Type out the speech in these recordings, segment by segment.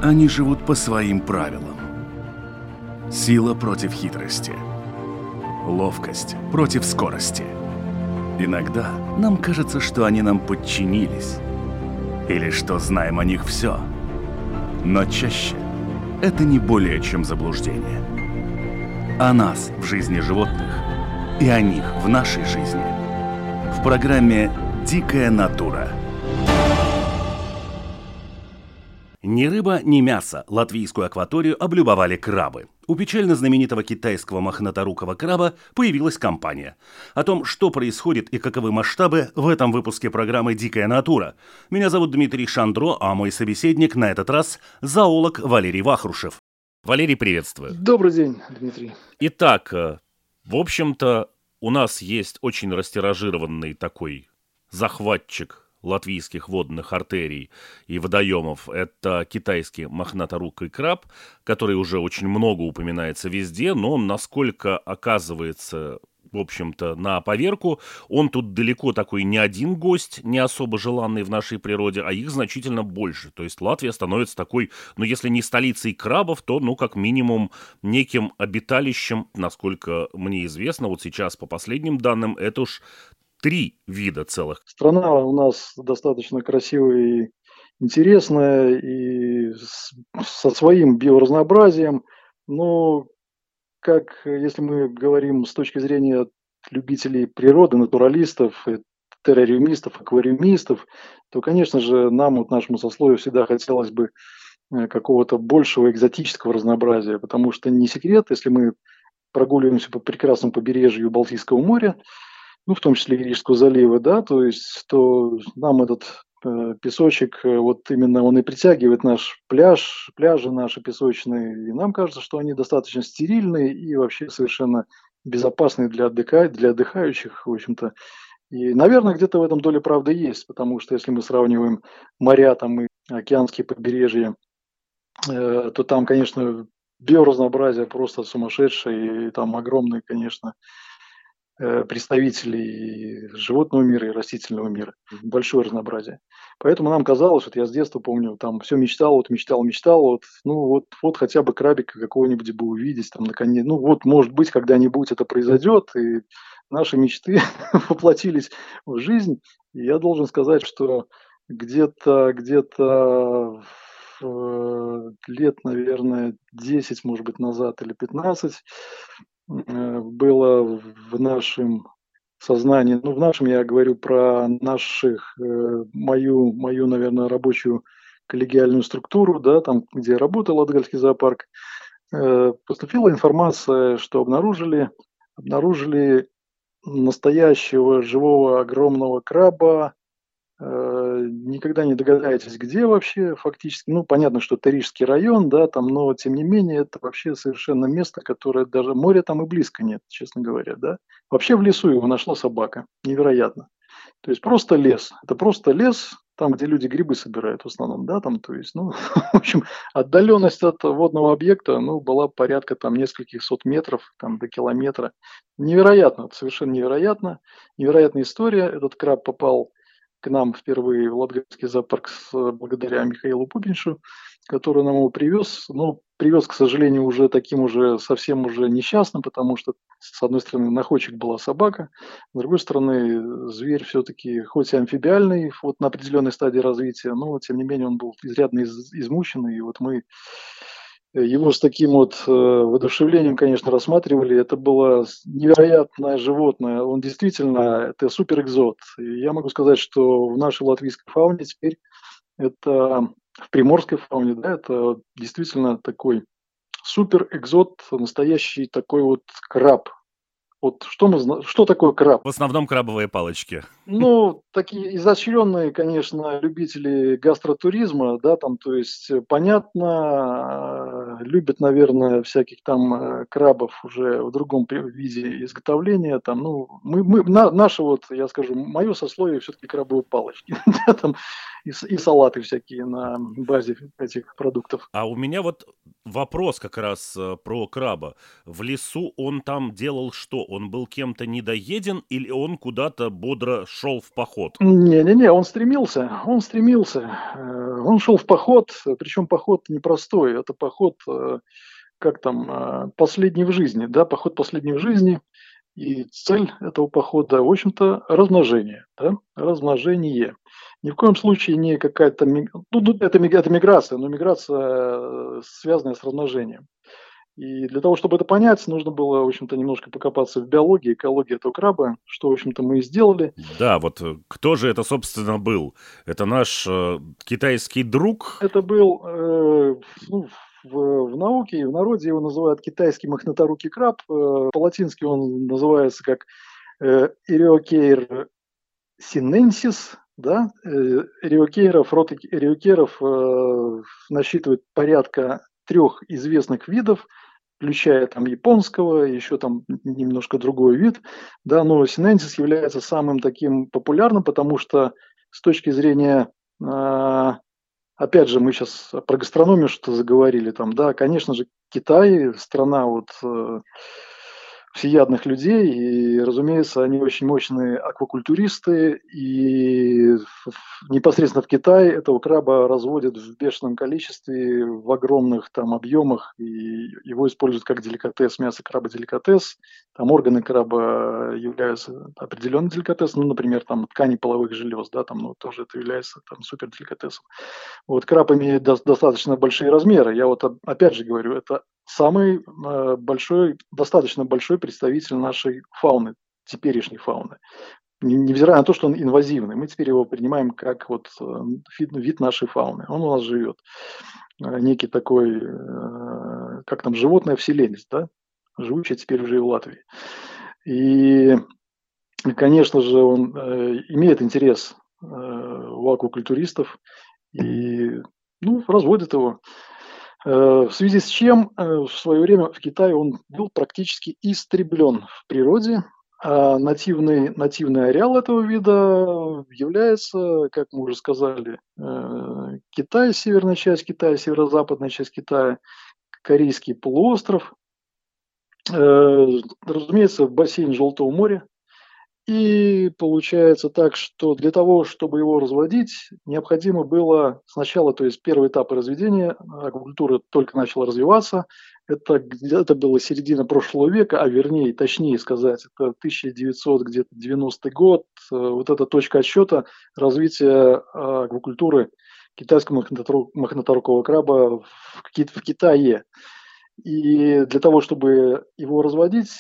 Они живут по своим правилам. Сила против хитрости. Ловкость против скорости. Иногда нам кажется, что они нам подчинились. Или что знаем о них все. Но чаще это не более чем заблуждение. О нас в жизни животных и о них в нашей жизни. В программе «Дикая натура». Ни рыба, ни мясо латвийскую акваторию облюбовали крабы. У печально знаменитого китайского мохнаторукого краба появилась компания. О том, что происходит и каковы масштабы, в этом выпуске программы «Дикая натура». Меня зовут Дмитрий Шандро, а мой собеседник на этот раз – зоолог Валерий Вахрушев. Валерий, приветствую. Добрый день, Дмитрий. Итак, в общем-то, у нас есть очень растиражированный такой захватчик латвийских водных артерий и водоемов. Это китайский мохнаторукий краб, который уже очень много упоминается везде, но насколько оказывается, в общем-то, на поверку, он тут далеко такой не один гость, не особо желанный в нашей природе, а их значительно больше. То есть Латвия становится такой, ну, если не столицей крабов, то, ну, как минимум, неким обиталищем, насколько мне известно, вот сейчас, по последним данным, это уж 3 вида целых. Страна у нас достаточно красивая и интересная, и со своим биоразнообразием. Но, как если мы говорим с точки зрения любителей природы, натуралистов, террариумистов, аквариумистов, то, конечно же, нам, вот нашему сословию, всегда хотелось бы какого-то большего экзотического разнообразия, потому что не секрет, если мы прогуливаемся по прекрасному побережью Балтийского моря, ну, в том числе и Рижского залива, да, то есть, то нам этот песочек, вот именно он и притягивает наш пляжи наши песочные, и нам кажется, что они достаточно стерильные и вообще совершенно безопасные для отдыхающих, в общем-то. И, наверное, где-то в этом доля правды есть, потому что если мы сравниваем моря там и океанские побережья, то там, конечно, биоразнообразие просто сумасшедшее, и там огромные, конечно, представителей животного мира и растительного мира. Большое разнообразие. Поэтому нам казалось, вот я с детства помню, там все мечтал, вот, ну вот хотя бы крабика какого-нибудь бы увидеть, там наконец, ну вот может быть когда-нибудь это произойдет, и наши мечты воплотились в жизнь. И я должен сказать, что где-то лет, наверное, 10, может быть, назад или 15 было в нашем сознании, ну, в нашем я говорю про мою, наверное, рабочую коллегиальную структуру, да, там, где работал Латгальский зоопарк, поступила информация, что обнаружили настоящего живого огромного краба. Никогда не догадаетесь, где вообще фактически. Ну, понятно, что это Рижский район, да, там, но тем не менее это вообще совершенно место, которое даже моря там и близко нет, честно говоря, да. Вообще в лесу его нашла собака. Невероятно. То есть просто лес. Это просто лес, там, где люди грибы собирают в основном, да, там, то есть, ну, в общем, отдаленность от водного объекта, ну, была порядка там нескольких сот метров, там, до километра. Невероятно, совершенно невероятно. Невероятная история. Этот краб попал к нам впервые в Латгальский зоопарк благодаря Михаилу Пупиншу, который нам его привез. Но привез, к сожалению, уже таким уже совсем уже несчастным, потому что, с одной стороны, находчик была собака, с другой стороны, зверь все-таки, хоть и амфибиальный, вот на определенной стадии развития, но, тем не менее, он был изрядно измучен, и вот мы его с таким вот воодушевлением, конечно, рассматривали. Это было невероятное животное. Он действительно, это суперэкзот. И я могу сказать, что в нашей латвийской фауне теперь это, в приморской фауне, да, это действительно такой суперэкзот, настоящий такой вот краб. Вот что такое краб? В основном крабовые палочки. Ну, такие изощренные, конечно, любители гастротуризма, да, там, то есть, понятно, любят, наверное, всяких там крабов уже в другом виде изготовления, там, ну, наше вот, я скажу, мое сословие все-таки крабовые палочки, да, там, и салаты всякие на базе этих продуктов. А у меня вот вопрос как раз про краба. В лесу он там делал что? Он был кем-то недоеден или он куда-то бодро шел в поход? Не-не-не, он стремился, он шел в поход, причем поход непростой, это поход, как там, последний в жизни, да, поход последний в жизни, и цель этого похода, в общем-то, размножение, да, размножение. Ни в коем случае не какая-то, это миграция, но миграция, связанная с размножением. И для того, чтобы это понять, нужно было, в общем-то, немножко покопаться в биологии, экологии этого краба, что, в общем-то, мы и сделали. Да, вот кто же это, собственно, был? Это наш китайский друг? Это был, ну, в науке и в народе его называют китайский мохнаторукий краб. По-латински он называется как Eriocare sinensis, да, эриокеров, род эриокеров насчитывает порядка 3 известных видов, включая там японского, еще там немножко другой вид, да, но синенсис является самым таким популярным, потому что с точки зрения, опять же, мы сейчас про гастрономию что заговорили там, да, конечно же, Китай, страна вот всеядных людей, и, разумеется, они очень мощные аквакультуристы, и непосредственно в Китае этого краба разводят в бешеном количестве, в огромных там объемах, и его используют как деликатес, мясо краба деликатес, там органы краба являются определенным деликатесом, ну, например, там ткани половых желез, да, там, ну, тоже это является там супер деликатесом. Вот краб имеет достаточно большие размеры, я вот опять же говорю, это самый большой, достаточно большой представитель нашей фауны, теперешней фауны. Невзирая на то, что он инвазивный, мы теперь его принимаем как вот вид нашей фауны. Он у нас живет. Некий такой, как там, животное вселенец, да, живущее теперь уже и в Латвии. И, конечно же, он имеет интерес у аквакультуристов и, ну, разводит его. В связи с чем в свое время в Китае он был практически истреблен в природе, а нативный ареал этого вида является, как мы уже сказали, Китай, северная часть Китая, северо-западная часть Китая, Корейский полуостров, разумеется, бассейн Желтого моря. И получается так, что для того, чтобы его разводить, необходимо было сначала, то есть первый этап разведения, аквакультура только начала развиваться, это где-то было середина прошлого века, а вернее, точнее сказать, это 1990 год, вот эта точка отсчета развития аквакультуры китайского мохнаторукового краба в Китае. И для того, чтобы его разводить,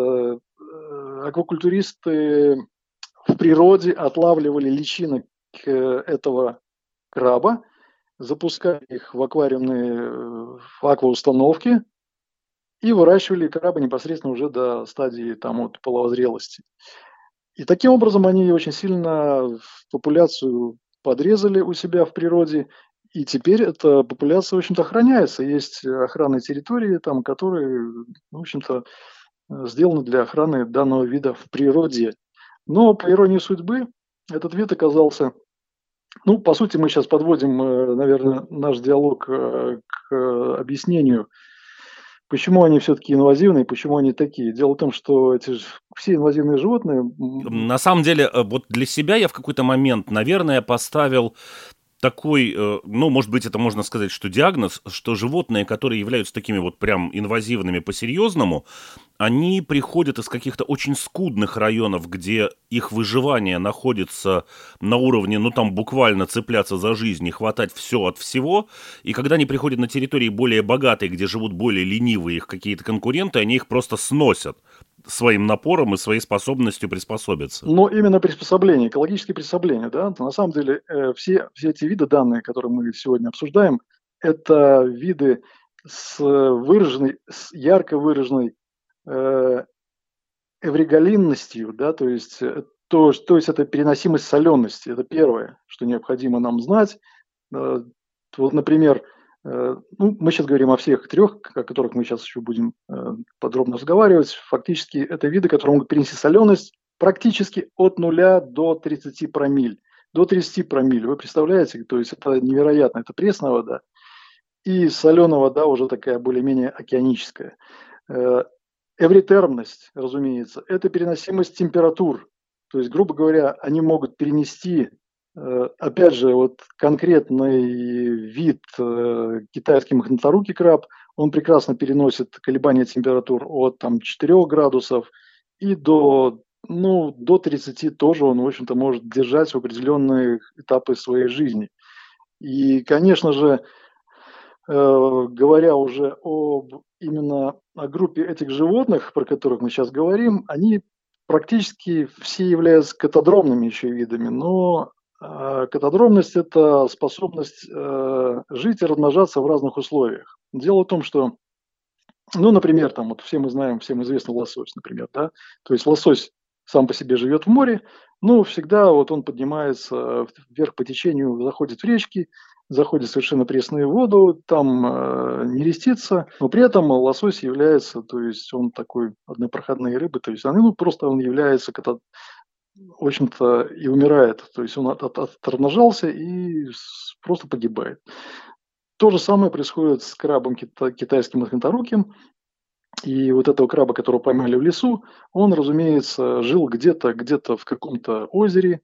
аквакультуристы в природе отлавливали личинок этого краба, запускали их в аквариумные в акваустановки и выращивали краба непосредственно уже до стадии там, вот, половозрелости. И таким образом они очень сильно популяцию подрезали у себя в природе, и теперь эта популяция, в общем-то, охраняется. Есть охранные территории, там, которые, в общем-то, сделаны для охраны данного вида в природе. Но, по иронии судьбы, этот вид оказался... Ну, по сути, мы сейчас подводим, наверное, наш диалог к объяснению, почему они все-таки инвазивные, почему они такие. Дело в том, что эти все инвазивные животные... На самом деле, вот для себя я в какой-то момент, наверное, поставил такой, ну, может быть, это можно сказать, что диагноз, что животные, которые являются такими вот прям инвазивными по-серьезному, они приходят из каких-то очень скудных районов, где их выживание находится на уровне, ну, там буквально цепляться за жизнь и хватать все от всего, и когда они приходят на территории более богатые, где живут более ленивые их какие-то конкуренты, они их просто сносят своим напором и своей способностью приспособиться. Но именно приспособление, экологические приспособления, да, на самом деле все эти виды данные, которые мы сегодня обсуждаем, это виды с ярко выраженной эвригалинностью, да, то есть, то есть это переносимость солености, это первое, что необходимо нам знать. Вот, например, ну, мы сейчас говорим о всех 3, о которых мы сейчас еще будем подробно разговаривать. Фактически это виды, которые могут перенести соленость практически от 0 до 30 промилле. До 30 промилле, вы представляете? То есть это невероятно, это пресная вода. И соленая вода уже такая более-менее океаническая. Эвритермность, разумеется, это переносимость температур. То есть, грубо говоря, они могут перенести, опять же, вот конкретный вид китайский мохнаторукий краб, он прекрасно переносит колебания температур от там, 4 градусов и до 30 тоже он, в общем-то, может держать в определенные этапы своей жизни. И, конечно же, говоря уже именно о группе этих животных, про которых мы сейчас говорим, они практически все являются катадромными еще видами, но катадромность – это способность жить и размножаться в разных условиях. Дело в том, что, ну, например, там вот все мы знаем, всем известный лосось, например, да, то есть лосось сам по себе живет в море, но всегда вот он поднимается вверх по течению, заходит в речки, заходит в совершенно пресную воду, там нерестится, но при этом лосось является, то есть он такой однопроходные рыбы, то есть просто он является, в общем-то, и умирает, то есть он отмножался и просто погибает. То же самое происходит с крабом китайским мохнаторуким. И вот этого краба, которого поймали в лесу, он, разумеется, жил где-то в каком-то озере.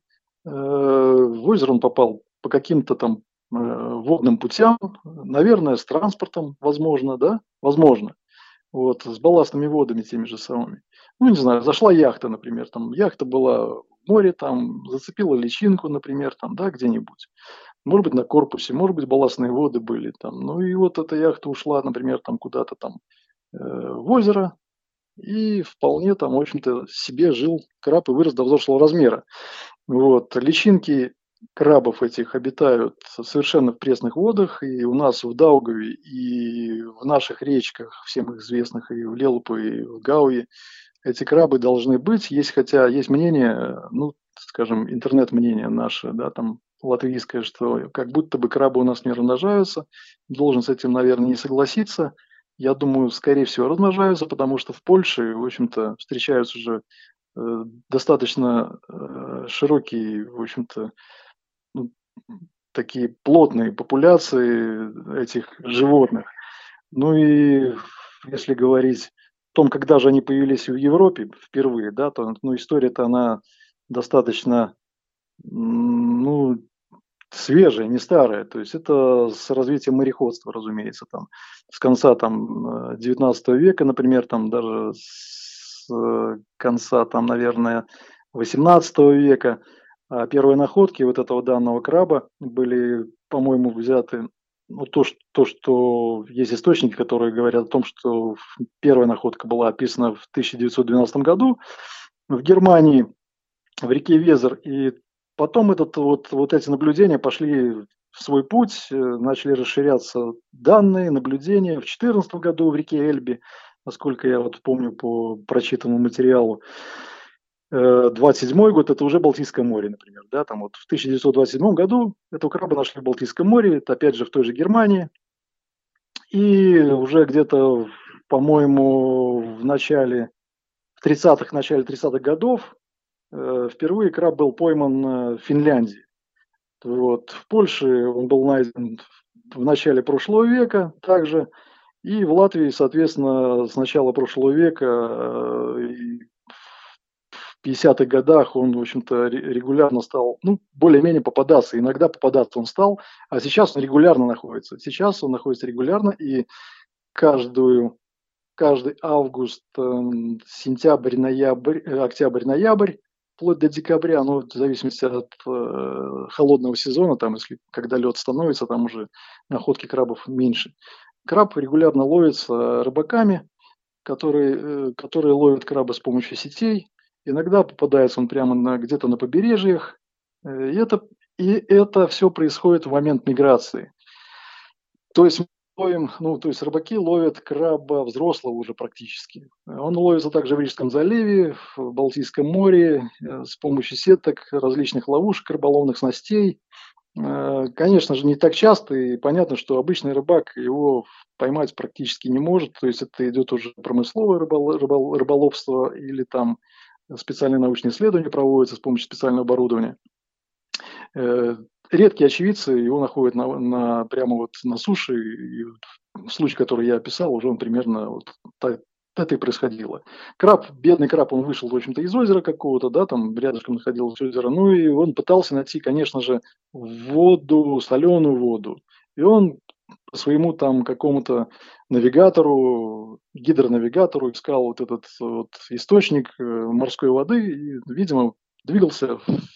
В озеро он попал по каким-то там водным путям, наверное, с транспортом, возможно, да, возможно, вот, с балластными водами теми же самыми. Ну, не знаю, зашла яхта, например, там, яхта была в море, там, зацепила личинку, например, там, да, где-нибудь. Может быть, на корпусе, может быть, балластные воды были там. Ну, и вот эта яхта ушла, например, там, куда-то там в озеро, и вполне там, в общем-то, себе жил краб и вырос до взрослого размера. Вот. Личинки крабов этих обитают совершенно в пресных водах, и у нас в Даугаве, и в наших речках, всем известных, и в Лелупе, и в Гауе, эти крабы должны быть. Хотя есть мнение, ну, скажем, интернет-мнение наше, да, там, латвийское, что как будто бы крабы у нас не размножаются. Должен с этим, наверное, не согласиться. Я думаю, скорее всего, размножаются, потому что в Польше, в общем-то, встречаются уже достаточно широкие, в общем-то, ну, такие плотные популяции этих животных. Ну и если говорить о том, когда же они появились в Европе впервые, да, то ну, история-то она достаточно ну, свежая, не старая. То есть это с развитием мореходства, разумеется, там, с конца там, 19 века, например, там, даже с конца, там, наверное, 18 века. А первые находки вот этого данного краба были, по-моему, взяты, ну, что есть источники, которые говорят о том, что первая находка была описана в 1912 году в Германии, в реке Везер, и потом вот эти наблюдения пошли в свой путь, начали расширяться данные, наблюдения. В 2014 году в реке Эльбе, насколько я вот помню по прочитанному материалу, 27 год – это уже Балтийское море, например. Да, там вот в 1927 году этого краба нашли в Балтийском море, это опять же в той же Германии. И уже где-то, по-моему, в 30-х, начале 30-х годов впервые краб был пойман в Финляндии. Вот. В Польше он был найден в начале прошлого века также. И в Латвии, соответственно, с начала прошлого века, в 50-х годах он, в общем-то, регулярно стал, ну, более-менее попадаться. Иногда попадаться он стал, а сейчас он регулярно находится. Сейчас он находится регулярно, и каждый август, сентябрь, ноябрь, октябрь, ноябрь, вплоть до декабря, ну, в зависимости от холодного сезона, там, если когда лед становится, там уже находки крабов меньше. Краб регулярно ловится рыбаками, которые ловят краба с помощью сетей. Иногда попадается он прямо где-то на побережьях. И это все происходит в момент миграции. То есть то есть рыбаки ловят краба взрослого уже практически. Он ловится также в Рижском заливе, в Балтийском море с помощью сеток, различных ловушек, рыболовных снастей. Конечно же, не так часто, и понятно, что обычный рыбак его поймать практически не может. То есть это идет уже промысловое рыболовство или там специальные научные исследования проводятся с помощью специального оборудования. редкие очевидцы его находят прямо вот на суше, и вот случай, который я описал, уже он примерно вот это и происходило. Краб, бедный краб, он вышел, в общем-то, из озера какого-то, да, там рядышком находилось озеро, ну и он пытался найти, конечно же, воду, соленую воду. И он по своему там какому-то навигатору, гидронавигатору искал вот этот вот источник морской воды и, видимо, двигался,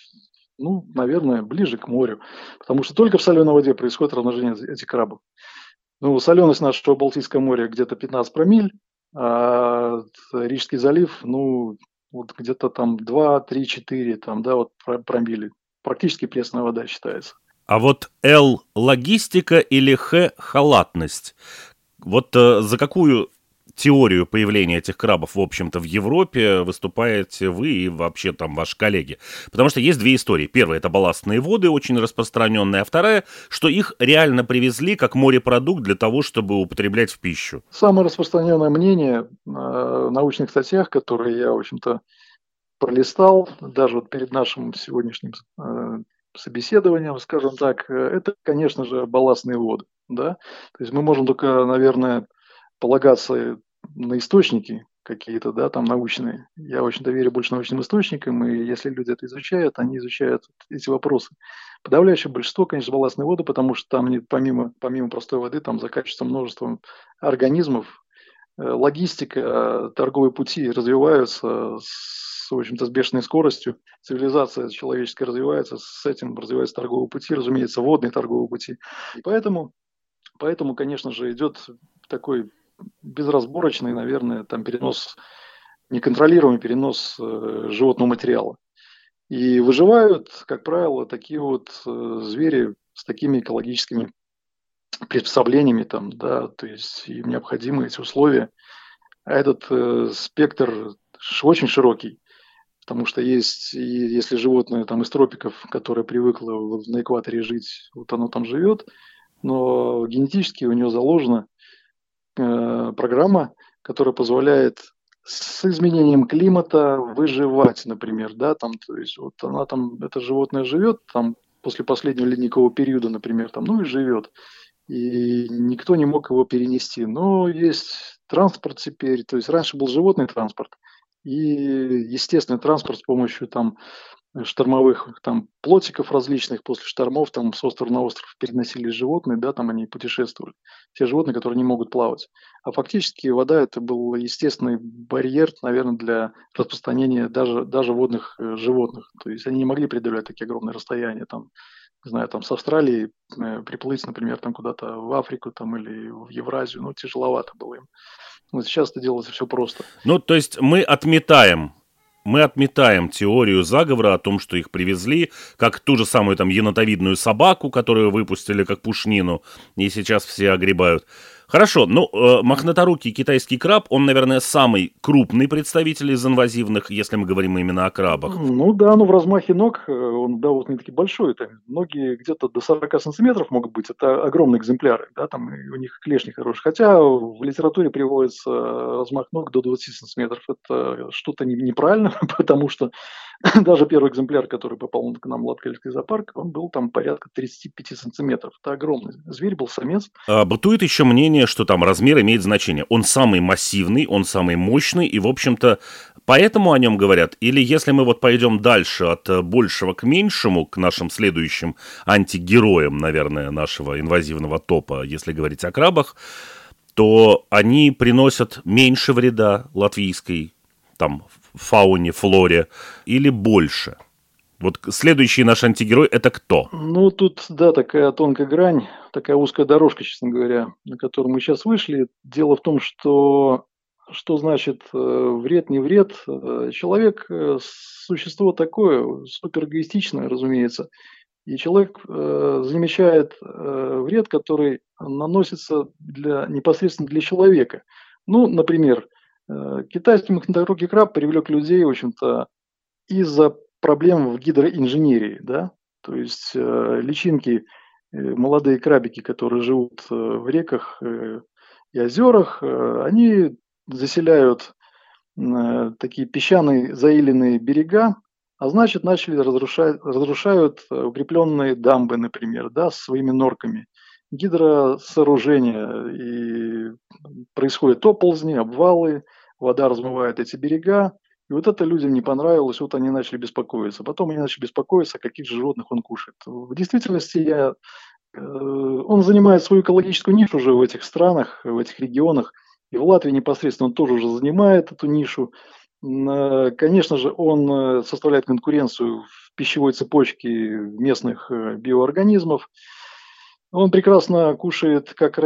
ну, наверное, ближе к морю, потому что только в соленой воде происходит размножение этих крабов. Ну, соленость нашего Балтийского моря где-то 15 промилль, а Рижский залив, ну, вот где-то там 2, 3, 4, там, да, вот промилле. Практически пресная вода считается. А вот Л – логистика или Х – халатность? Вот за какую теорию появления этих крабов, в общем-то, в Европе выступаете вы и вообще там ваши коллеги? Потому что есть две истории. Первая – это балластные воды, очень распространенная, а вторая, что их реально привезли как морепродукт для того, чтобы употреблять в пищу. Самое распространенное мнение в научных статьях, которые я, в общем-то, пролистал, даже вот перед нашим сегодняшним собеседованием, скажем так, это, конечно же, балластные воды. Да? То есть мы можем только, наверное, полагаться на источники какие-то, да, там научные. Я очень верю больше научным источникам, и если люди это изучают, они изучают эти вопросы. Подавляющее большинство, конечно, балластные воды, потому что там помимо простой воды там закачивается множество организмов, логистика, торговые пути развиваются в общем-то, с бешеной скоростью. Цивилизация человеческая развивается, с этим развиваются торговые пути, разумеется, водные торговые пути. И поэтому, конечно же, идет такой безразборочный, наверное, там перенос, неконтролируемый перенос животного материала. И выживают, как правило, такие вот звери с такими экологическими приспособлениями, там, да, то есть им необходимы эти условия. А этот спектр очень широкий, потому что есть, и если животное там из тропиков, которое привыкло на экваторе жить, вот оно там живет, но генетически у него заложена программа, которая позволяет с изменением климата выживать, например, да, там, то есть вот она там, это животное живет там после последнего ледникового периода, например, там, ну и живет, и никто не мог его перенести. Но есть транспорт теперь, то есть раньше был животный транспорт и естественный транспорт с помощью там штормовых там плотиков различных после штормов там с острова на остров переносили животные, да, там они путешествовали. Те животные, которые не могут плавать. А фактически вода это был естественный барьер, наверное, для распространения даже водных животных. То есть они не могли преодолевать такие огромные расстояния, там, не знаю, там с Австралии приплыть, например, там куда-то в Африку там или в Евразию, ну, тяжеловато было им. Вот сейчас это делается все просто. Ну, то есть мы отметаем теорию заговора о том, что их привезли, как ту же самую там енотовидную собаку, которую выпустили как пушнину, и сейчас все огребают. Хорошо, ну, мохнаторукий китайский краб, он, наверное, самый крупный представитель из инвазивных, если мы говорим именно о крабах. Ну да, ну в размахе ног он довольно-таки большой. Там, ноги где-то до 40 сантиметров могут быть. Это огромные экземпляры, да, там и у них клешни хорошие. Хотя в литературе приводится размах ног до 20 сантиметров. Это что-то неправильно, потому что даже первый экземпляр, который попал к нам в Латгальский зоопарк, он был там порядка 35 сантиметров. Это огромный. Зверь был самец. Бытует еще мнение, что там размер имеет значение. Он самый массивный, он самый мощный, и, в общем-то, поэтому о нем говорят. Или если мы вот пойдем дальше от большего к меньшему, к нашим следующим антигероям, наверное, нашего инвазивного топа, если говорить о крабах, то они приносят меньше вреда латвийской там фауне, флоре или больше. Вот следующий наш антигерой – это кто? Ну, тут, да, такая тонкая грань, такая узкая дорожка, честно говоря, на которую мы сейчас вышли. Дело в том, что значит вред, не вред. Человек существо такое, супер эгоистичное, разумеется. И человек замечает вред, который наносится непосредственно для человека. Ну, например, китайский мохнаторукий краб привлек людей, в общем-то, из-за проблем в гидроинженерии, да, то есть личинки, молодые крабики, которые живут в реках и озерах, они заселяют такие песчаные заиленные берега, А значит, начали разрушают укрепленные дамбы, например, да, с своими норками, гидросооружения, и происходят оползни, обвалы, вода размывает эти берега. И вот это людям не понравилось, вот они начали беспокоиться. Потом они начали беспокоиться, каких же животных он кушает. В действительности он занимает свою экологическую нишу уже в этих странах, в этих регионах. И в Латвии непосредственно он тоже уже занимает эту нишу. Конечно же, он составляет конкуренцию в пищевой цепочке местных биоорганизмов. Он прекрасно кушает как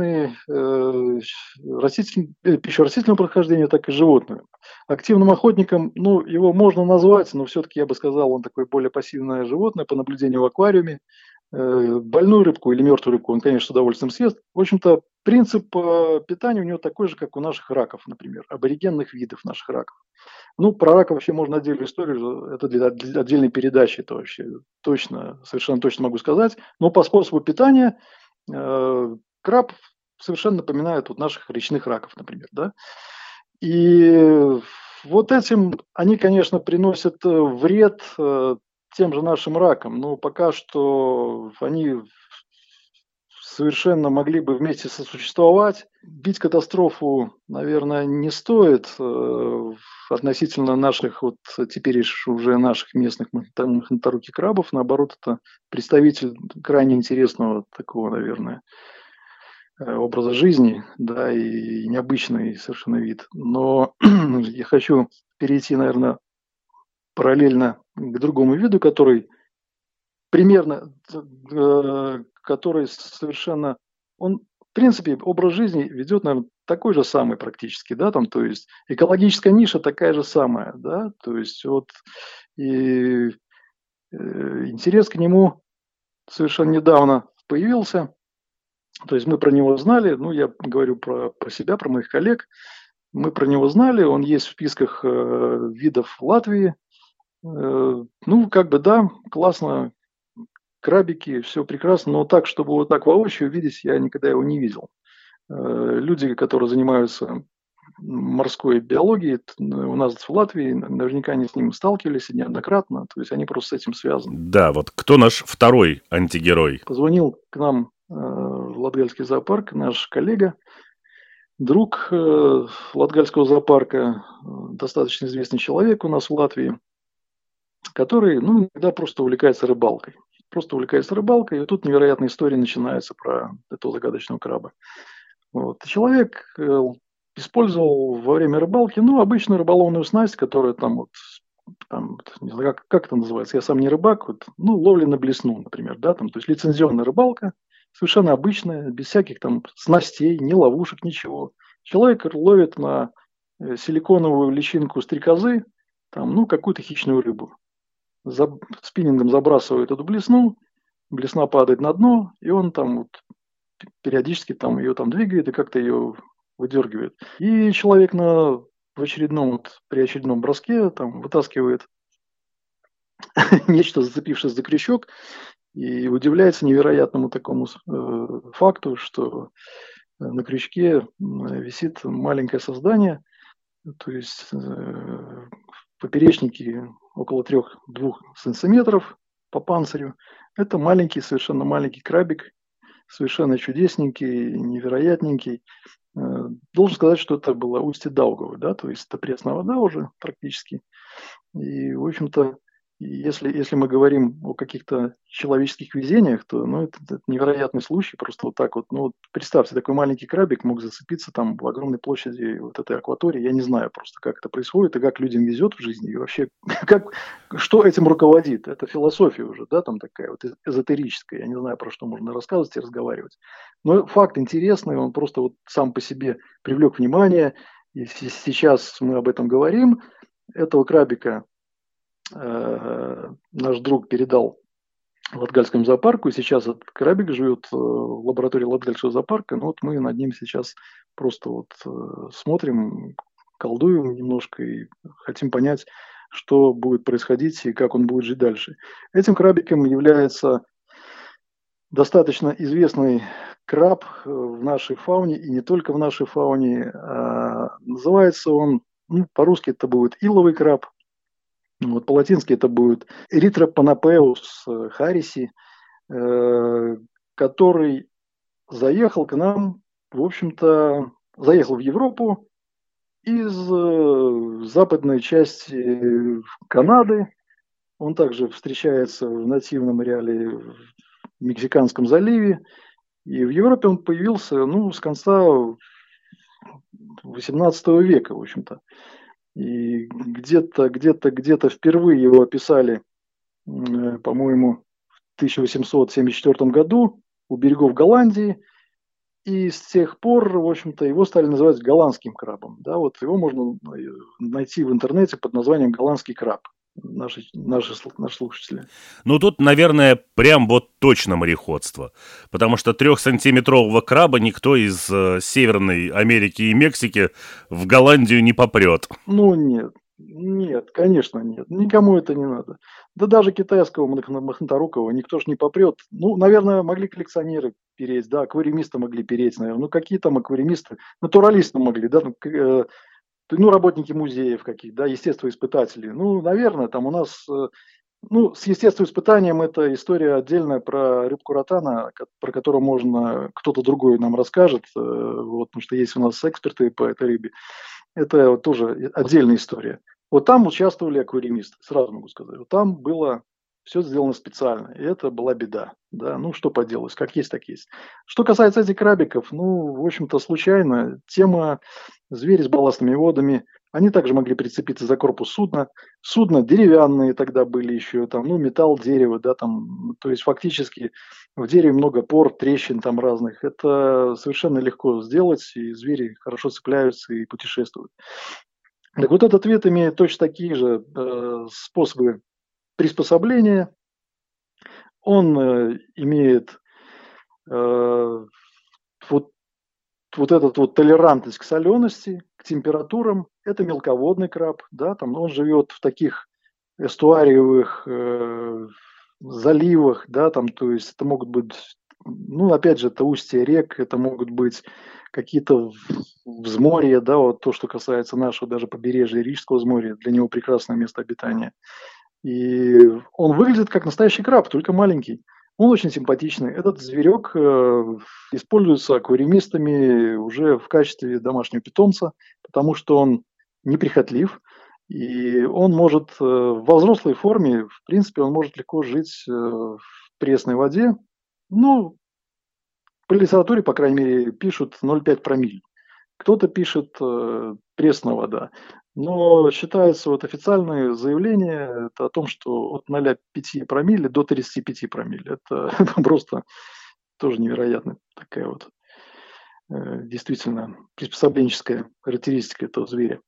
пищу растительного происхождения, так и животную. Активным охотником, ну, его можно назвать, но все-таки я бы сказал, он такое более пассивное животное по наблюдению в аквариуме. Больную рыбку или мертвую рыбку он, конечно, с удовольствием съест. В общем-то, принцип питания у него такой же, как у наших раков, например, аборигенных видов наших раков. Ну, про рака вообще можно отдельную историю, это для отдельной передачи, это вообще точно, совершенно точно могу сказать. Но по способу питания краб совершенно напоминает вот наших речных раков, например, да. И вот этим они, конечно, приносят вред тем же нашим ракам, но пока что они совершенно могли бы вместе сосуществовать. Бить катастрофу, наверное, не стоит относительно наших, вот теперь уже наших местных мохнаторуких крабов. Наоборот, это представитель крайне интересного такого, наверное, образа жизни, да, и необычный совершенно вид. Но я хочу перейти, наверное, параллельно к другому виду, который примерно, который совершенно, он, в принципе, образ жизни ведет, наверное, такой же самый практически, да, там, то есть экологическая ниша такая же самая, да, то есть вот и интерес к нему совершенно недавно появился, то есть мы про него знали, ну, я говорю про себя, про моих коллег, мы про него знали, он есть в списках видов Латвии, ну, как бы, да, классно, крабики, все прекрасно, но так, чтобы вот так воочию видеть, я никогда его не видел. Люди, которые занимаются морской биологией, у нас в Латвии, наверняка они с ним сталкивались неоднократно, то есть они просто с этим связаны. Да, вот кто наш второй антигерой? Позвонил к нам в Латгальский зоопарк наш коллега, друг Латгальского зоопарка, достаточно известный человек у нас в Латвии, который, ну, иногда просто увлекается рыбалкой. Просто увлекается рыбалкой, и тут невероятная история начинается про этого загадочного краба. Вот. Человек использовал во время рыбалки, ну, обычную рыболовную снасть, которая там, не знаю, как это называется, я сам не рыбак, вот, ну, ловля на блесну, например, да, там, то есть лицензионная рыбалка, совершенно обычная, без всяких там снастей, ни ловушек, ничего. Человек ловит на силиконовую личинку стрекозы, там, ну, какую-то хищную рыбу. Спиннингом забрасывает эту блесну, блесна падает на дно, и он там вот периодически там ее там двигает и как-то ее выдергивает. И человек при очередном броске там вытаскивает нечто, зацепившись за крючок, и удивляется невероятному такому факту, что на крючке висит маленькое создание, то есть в поперечнике около 3-2 сантиметров по панцирю. Это маленький, совершенно маленький крабик, совершенно чудесненький, невероятненький. Должен сказать, что это было устье Даугавы, да, то есть это пресная вода уже практически. И, в общем-то, если мы говорим о каких-то человеческих везениях, то ну, это невероятный случай, просто вот так вот. Ну, вот представьте, такой маленький крабик мог зацепиться там в огромной площади вот этой акватории. Я не знаю просто, как это происходит и как людям везет в жизни, и вообще, что этим руководит. Это философия уже, да, там такая вот эзотерическая. Я не знаю, про что можно рассказывать и разговаривать. Но факт интересный, он просто вот сам по себе привлек внимание. И сейчас мы об этом говорим. Этого крабика наш друг передал Латгальскому зоопарку, и сейчас этот крабик живет в лаборатории Латгальского зоопарка. Ну вот мы над ним сейчас просто вот смотрим, колдуем немножко и хотим понять, что будет происходить и как он будет жить дальше. Этим крабиком является достаточно известный краб в нашей фауне, и не только в нашей фауне. Называется он, ну, по-русски это будет иловый краб. Вот по-латински это будет Erythroponapeus harrisi, который заехал к нам, в общем-то, заехал в Европу из западной части Канады. Он также встречается в нативном ареале в Мексиканском заливе. И в Европе он появился, ну, с конца XVIII века, в общем-то. И где-то впервые его описали, по-моему, в 1874 году у берегов Голландии. И с тех пор, в общем-то, его стали называть голландским крабом. Да, вот его можно найти в интернете под названием голландский краб. Наши слушатели. Ну, тут, наверное, прям вот точно мореходство. Потому что 3-сантиметрового краба никто из Северной Америки и Мексики в Голландию не попрет. Ну, нет, конечно, нет. Никому это не надо. Да даже китайского махноторукого никто ж не попрет. Ну, наверное, могли коллекционеры переть, да, аквариумисты могли переть, наверное. Ну, какие там аквариумисты? Натуралисты могли, да, ну, работники музеев каких, да, естествоиспытатели. Ну, наверное, там у нас, ну, с естествоиспытанием это история отдельная про рыбку ротана, про которую можно, кто-то другой нам расскажет, вот, потому что есть у нас эксперты по этой рыбе. Это вот тоже отдельная история. Вот там участвовали аквариумисты, сразу могу сказать. Вот там было все сделано специально, и это была беда. Да, ну что поделать, как есть, так есть. Что касается этих крабиков, ну, в общем-то, случайно. Тема звери с балластными водами, они также могли прицепиться за корпус судна. Судна деревянные тогда были еще, там, ну, металл, дерево, да, там, то есть фактически в дереве много пор, трещин там разных. Это совершенно легко сделать, и звери хорошо цепляются и путешествуют. Так вот, этот вид имеет точно такие же способы приспособления. Он имеет вот, вот этот вот толерантность к солености, к температурам. Это мелководный краб, да, там он живет в таких эстуариевых заливах, да, там, то есть это могут быть, ну, опять же, это устья рек, это могут быть какие-то взморья, да, вот то, что касается нашего даже побережья Рижского взморья, для него прекрасное место обитания. И он выглядит как настоящий краб, только маленький. Он очень симпатичный. Этот зверек используется аквариумистами уже в качестве домашнего питомца, потому что он неприхотлив, и он может во взрослой форме, в принципе, он может легко жить в пресной воде. Ну, по литературе, по крайней мере, пишут 0,5 промилле. Кто-то пишет пресная вода. Но считается вот официальное заявление это о том, что от 0,5 промилле до 35 промилле. Это просто тоже невероятно такая вот действительно приспособленческая характеристика этого зверя.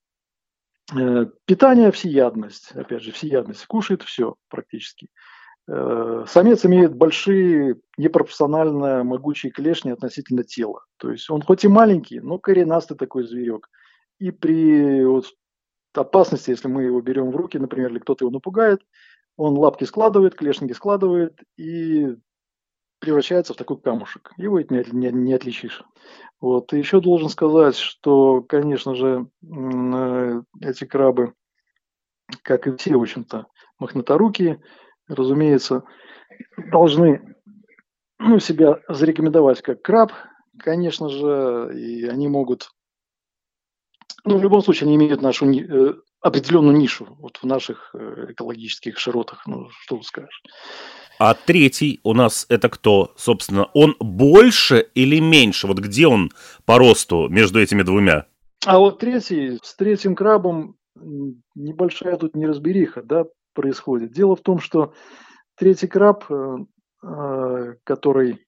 Питание всеядность, опять же, всеядность, кушает все практически. Самец имеет большие, непропорционально могучие клешни относительно тела. То есть он хоть и маленький, но коренастый такой зверек. И при вот опасности, если мы его берем в руки, например, или кто-то его напугает, он лапки складывает, клешники складывает и превращается в такой камушек. Его ведь не отличишь. Вот. И еще должен сказать, что, конечно же, эти крабы, как и все, в общем-то, мохнаторукие, разумеется, должны себя зарекомендовать как краб, конечно же, и они могут, в любом случае, они имеют нашу определенную нишу вот в наших экологических широтах, ну, что вы скажешь. А третий у нас это кто? Собственно, он больше или меньше? Вот где он по росту между этими двумя? А вот с третьим крабом небольшая тут неразбериха, да, происходит. Дело в том, что третий краб, который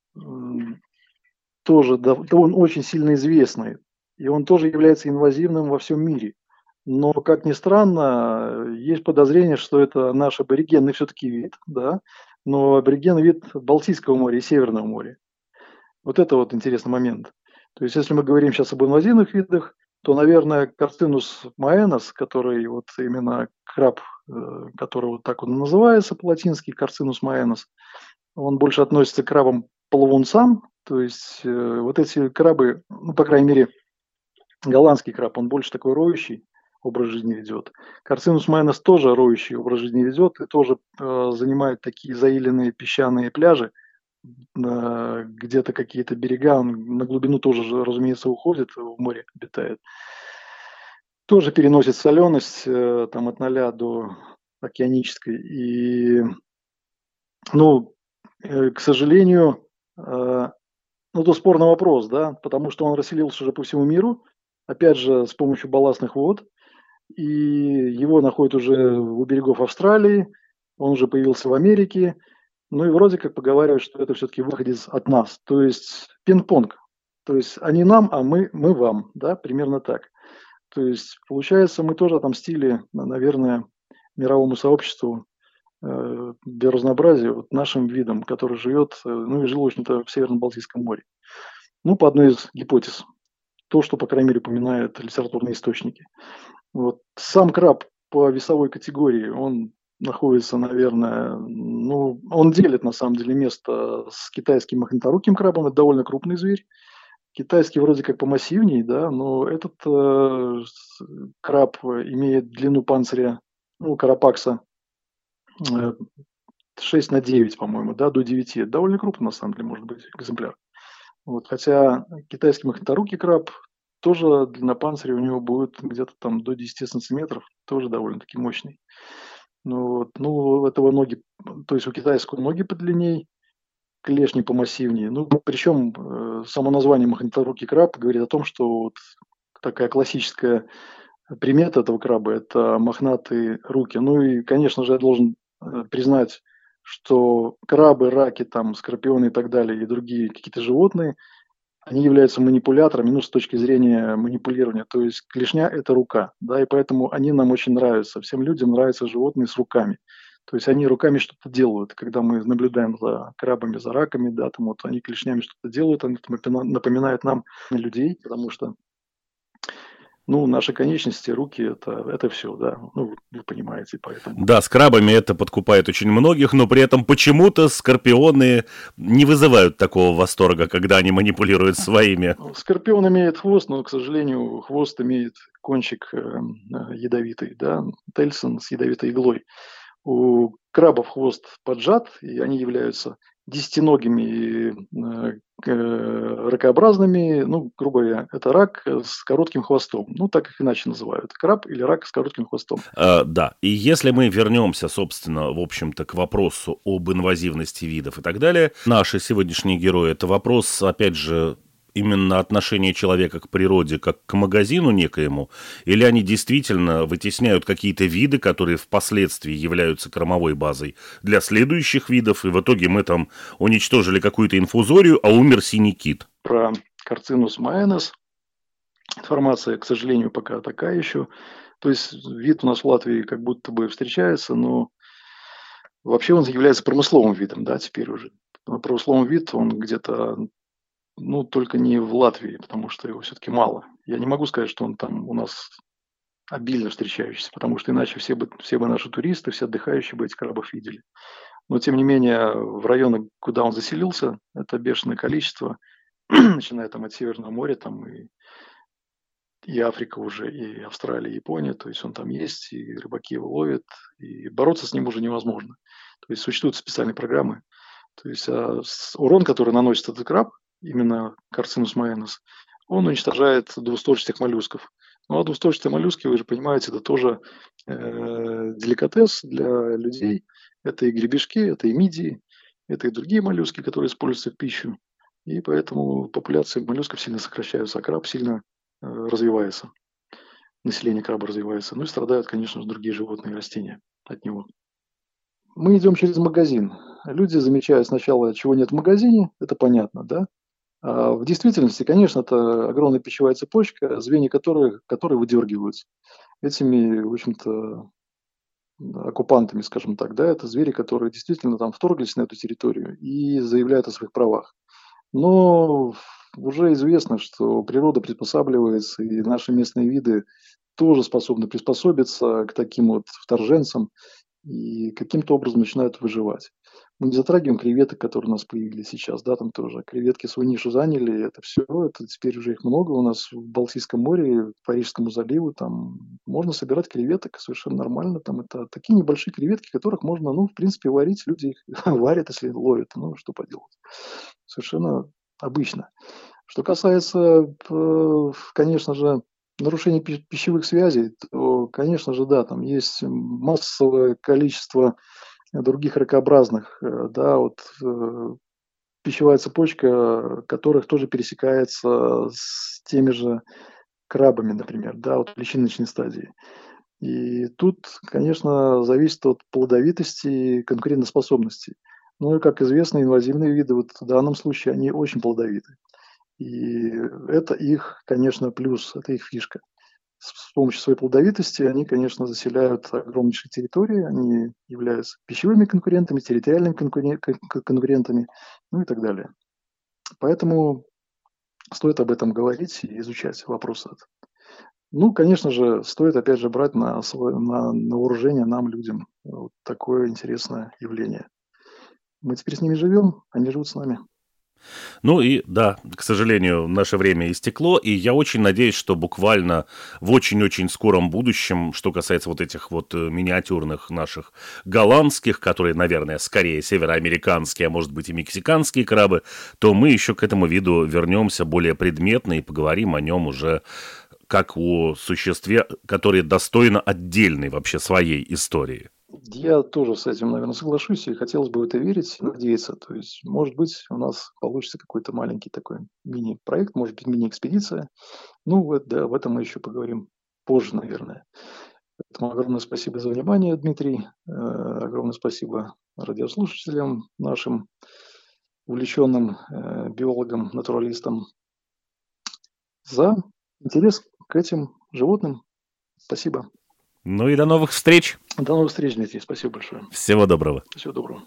тоже, он очень сильно известный, и он тоже является инвазивным во всем мире. Но, как ни странно, есть подозрение, что это наш аборигенный все-таки вид, да, но аборигенный вид Балтийского моря и Северного моря. Вот это вот интересный момент. То есть, если мы говорим сейчас об инвазивных видах, то, наверное, Карцинус маэнос, который вот именно краб, который вот так он называется по-латински, Карцинус маэнос, он больше относится к крабам-плавунцам, то есть вот эти крабы, ну, по крайней мере, голландский краб, он больше такой роющий, образ жизни ведет. Карцинус майнес тоже роющий образ жизни ведет и тоже занимает такие заиленные песчаные пляжи, где-то какие-то берега, он на глубину тоже, разумеется, уходит, в море обитает. Тоже переносит соленость там от 0 до океанической. И, ну, к сожалению, ну, это спорный вопрос, да, потому что он расселился уже по всему миру, опять же, с помощью балластных вод, и его находят уже у берегов Австралии, он уже появился в Америке, ну и вроде как поговаривают, что это все-таки выходец от нас, то есть пинг-понг, то есть они нам, а мы вам, да, примерно так. То есть, получается, мы тоже отомстили, наверное, мировому сообществу биоразнообразию, вот нашим видом, который живет, ну и жил, в общем-то, в Северном Балтийском море. Ну, по одной из гипотез. То, что, по крайней мере, упоминают литературные источники. Вот. Сам краб по весовой категории, он находится, наверное, ну, он делит, на самом деле, место с китайским мохнаторуким крабом. Это довольно крупный зверь. Китайский вроде как помассивнее, да, но этот краб имеет длину панциря, ну, карапакса, 6 на 9, по-моему, да, до 9. Это довольно крупный, на самом деле, может быть, экземпляр. Вот, хотя китайский мохнаторукий краб, тоже длина панциря у него будет где-то там до 10 сантиметров, тоже довольно-таки мощный. Ну, вот, ну, у этого ноги, то есть у китайского ноги подлинней, клешни помассивнее. Ну, причем само название мохнаторукий краб говорит о том, что вот такая классическая примета этого краба – это мохнатые руки. Ну и, конечно же, я должен признать, что крабы, раки, там, скорпионы и так далее, и другие какие-то животные, они являются манипуляторами, ну, с точки зрения манипулирования. То есть клешня – это рука, да, и поэтому они нам очень нравятся. Всем людям нравятся животные с руками. То есть они руками что-то делают. Когда мы наблюдаем за крабами, за раками, да, там вот они клешнями что-то делают, они напоминают нам людей, потому что, ну, наши конечности, руки – это все, да, ну, вы понимаете, поэтому… Да, с крабами это подкупает очень многих, но при этом почему-то скорпионы не вызывают такого восторга, когда они манипулируют своими. Скорпион имеет хвост, но, к сожалению, хвост имеет кончик ядовитый, да, Тельсон с ядовитой иглой. У крабов хвост поджат, и они являются десятиногими и ракообразными. Ну, грубо говоря, это рак с коротким хвостом. Ну, так их иначе называют. Краб или рак с коротким хвостом. Да, и если мы вернемся, собственно, в общем-то, к вопросу об инвазивности видов и так далее, наши сегодняшние герои – это вопрос, опять же, именно отношение человека к природе как к магазину некоему, или они действительно вытесняют какие-то виды, которые впоследствии являются кормовой базой для следующих видов, и в итоге мы там уничтожили какую-то инфузорию, а умер синий кит. Про Карцинус маэнес информация, к сожалению, пока такая еще. То есть вид у нас в Латвии как будто бы встречается, но вообще он является промысловым видом, да, теперь уже. Промысловый вид, он где-то, ну, только не в Латвии, потому что его все-таки мало. Я не могу сказать, что он там у нас обильно встречающийся, потому что иначе все бы наши туристы, все отдыхающие бы этих крабов видели. Но, тем не менее, в районах, куда он заселился, это бешеное количество, начиная там от Северного моря, там и Африка уже, и Австралия, и Япония, то есть он там есть, и рыбаки его ловят, и бороться с ним уже невозможно. То есть существуют специальные программы. То есть урон, который наносит этот краб, именно Карцинус маэнес, он уничтожает двустворчатых моллюсков. Ну а двустворчатые моллюски, вы же понимаете, это тоже деликатес для людей. Это и гребешки, это и мидии, это и другие моллюски, которые используются в пищу. И поэтому популяции моллюсков сильно сокращаются, а краб сильно развивается. Население краба развивается. Ну и страдают, конечно же, другие животные и растения от него. Мы идем через магазин. Люди замечают сначала, чего нет в магазине, это понятно, да? А в действительности, конечно, это огромная пищевая цепочка, звенья которые выдергиваются этими, в общем-то, оккупантами, скажем так, да, это звери, которые действительно там вторглись на эту территорию и заявляют о своих правах. Но уже известно, что природа приспосабливается, и наши местные виды тоже способны приспособиться к таким вот вторженцам и каким-то образом начинают выживать. Мы не затрагиваем креветок, которые у нас появились сейчас, да, там тоже. Креветки свою нишу заняли, это все, это теперь уже их много у нас в Балтийском море, в Парижскому заливу, там можно собирать креветок совершенно нормально, там это такие небольшие креветки, которых можно, ну, в принципе, варить, люди их варят, если ловят, ну, что поделать. Совершенно обычно. Что касается, конечно же, нарушения пищевых связей, то, конечно же, да, там есть массовое количество других ракообразных, да, вот пищевая цепочка которых тоже пересекается с теми же крабами, например, да, вот в личиночной стадии. И тут, конечно, зависит от плодовитости и конкурентоспособности. Ну и, как известно, инвазивные виды вот в данном случае, они очень плодовиты. И это их, конечно, плюс, это их фишка. С помощью своей плодовитости они, конечно, заселяют огромнейшие территории, они являются пищевыми конкурентами, территориальными конкурентами, ну и так далее. Поэтому стоит об этом говорить и изучать вопрос этот. Ну, конечно же, стоит опять же брать на вооружение нам, людям, вот такое интересное явление. Мы теперь с ними живем, они живут с нами. Ну и да, к сожалению, наше время истекло, и я очень надеюсь, что буквально в очень-очень скором будущем, что касается вот этих вот миниатюрных наших голландских, которые, наверное, скорее североамериканские, а может быть и мексиканские крабы, то мы еще к этому виду вернемся более предметно и поговорим о нем уже как о существе, которое достойно отдельной вообще своей истории. Я тоже с этим, наверное, соглашусь, и хотелось бы в это верить, надеяться. То есть, может быть, у нас получится какой-то маленький такой мини-проект, может быть, мини-экспедиция. Ну, вот, да, об этом мы еще поговорим позже, наверное. Поэтому огромное спасибо за внимание, Дмитрий. Огромное спасибо радиослушателям, нашим увлеченным биологам, натуралистам за интерес к этим животным. Спасибо. Ну и до новых встреч. До новых встреч, Дмитрий. Спасибо большое. Всего доброго. Всего доброго.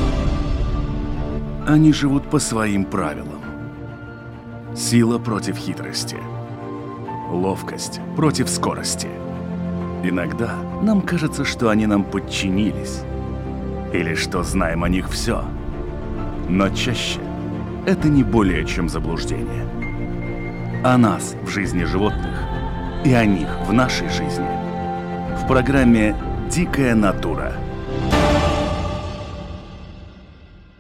Они живут по своим правилам. Сила против хитрости. Ловкость против скорости. Иногда нам кажется, что они нам подчинились. Или что знаем о них все. Но чаще это не более чем заблуждение. О нас в жизни животных и о них в нашей жизни. В программе «Дикая натура».